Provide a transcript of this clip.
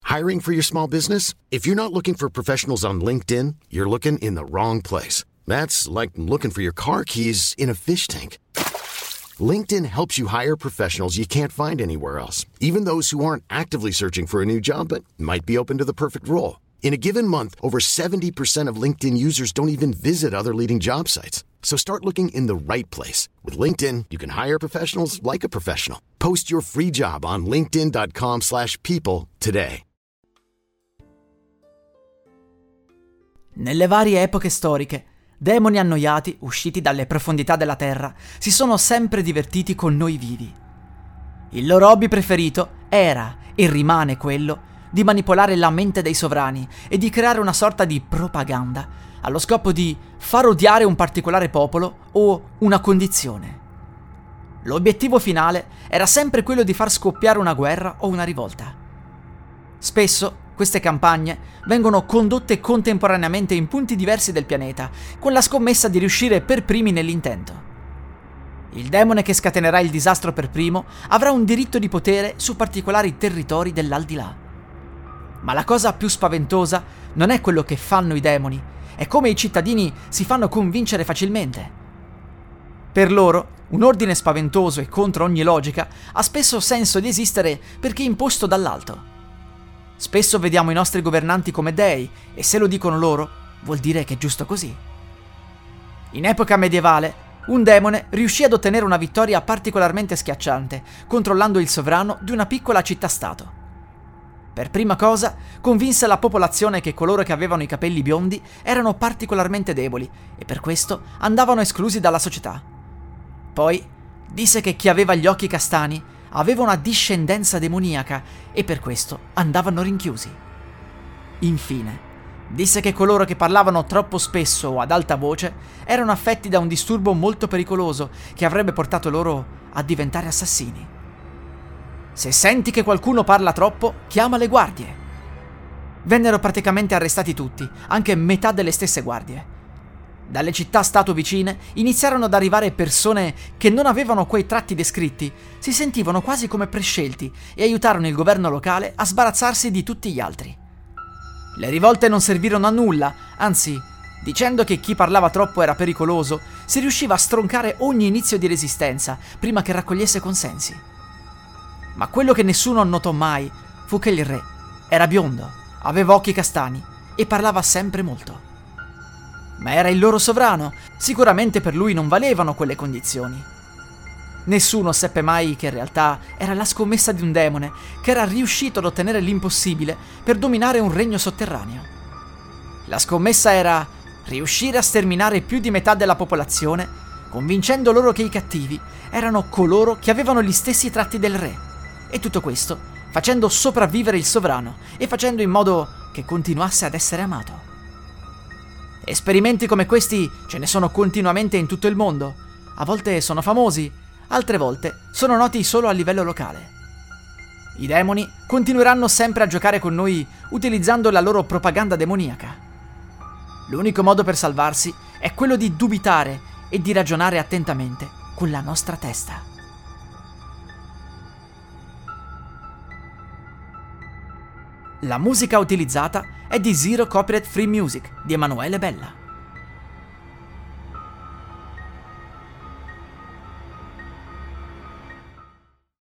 Hiring for your small business? If you're not looking for professionals on LinkedIn, you're looking in the wrong place. That's like looking for your car keys in a fish tank. LinkedIn helps you hire professionals you can't find anywhere else, even those who aren't actively searching for a new job but might be open to the perfect role. In a given month, over 70% of LinkedIn users don't even visit other leading job sites. So start looking in the right place. With LinkedIn, you can hire professionals like a professional. Post your free job on linkedin.com/people today. Nelle varie epoche storiche, demoni annoiati, usciti dalle profondità della terra, si sono sempre divertiti con noi vivi. Il loro hobby preferito era, e rimane quello, di manipolare la mente dei sovrani e di creare una sorta di propaganda allo scopo di far odiare un particolare popolo o una condizione. L'obiettivo finale era sempre quello di far scoppiare una guerra o una rivolta. Spesso queste campagne vengono condotte contemporaneamente in punti diversi del pianeta, con la scommessa di riuscire per primi nell'intento. Il demone che scatenerà il disastro per primo avrà un diritto di potere su particolari territori dell'aldilà. Ma la cosa più spaventosa non è quello che fanno i demoni, è come i cittadini si fanno convincere facilmente. Per loro, un ordine spaventoso e contro ogni logica ha spesso senso di esistere perché imposto dall'alto. Spesso vediamo i nostri governanti come dei, e se lo dicono loro, vuol dire che è giusto così. In epoca medievale, un demone riuscì ad ottenere una vittoria particolarmente schiacciante, controllando il sovrano di una piccola città-stato. Per prima cosa, convinse la popolazione che coloro che avevano i capelli biondi erano particolarmente deboli, e per questo andavano esclusi dalla società. Poi, disse che chi aveva gli occhi castani aveva una discendenza demoniaca e per questo andavano rinchiusi. Infine, disse che coloro che parlavano troppo spesso o ad alta voce erano affetti da un disturbo molto pericoloso che avrebbe portato loro a diventare assassini. Se senti che qualcuno parla troppo, chiama le guardie. Vennero praticamente arrestati tutti, anche metà delle stesse guardie. Dalle città-stato vicine iniziarono ad arrivare persone che non avevano quei tratti descritti, si sentivano quasi come prescelti e aiutarono il governo locale a sbarazzarsi di tutti gli altri. Le rivolte non servirono a nulla, anzi, dicendo che chi parlava troppo era pericoloso, si riusciva a stroncare ogni inizio di resistenza prima che raccogliesse consensi. Ma quello che nessuno notò mai fu che il re era biondo, aveva occhi castani e parlava sempre molto. Ma era il loro sovrano, sicuramente per lui non valevano quelle condizioni. Nessuno seppe mai che in realtà era la scommessa di un demone che era riuscito ad ottenere l'impossibile per dominare un regno sotterraneo. La scommessa era riuscire a sterminare più di metà della popolazione, convincendo loro che i cattivi erano coloro che avevano gli stessi tratti del re, e tutto questo facendo sopravvivere il sovrano e facendo in modo che continuasse ad essere amato. Esperimenti come questi ce ne sono continuamente in tutto il mondo. A volte sono famosi, altre volte sono noti solo a livello locale. I demoni continueranno sempre a giocare con noi utilizzando la loro propaganda demoniaca. L'unico modo per salvarsi è quello di dubitare e di ragionare attentamente con la nostra testa. La musica utilizzata è di Zero Copyright Free Music di Emanuele Bella.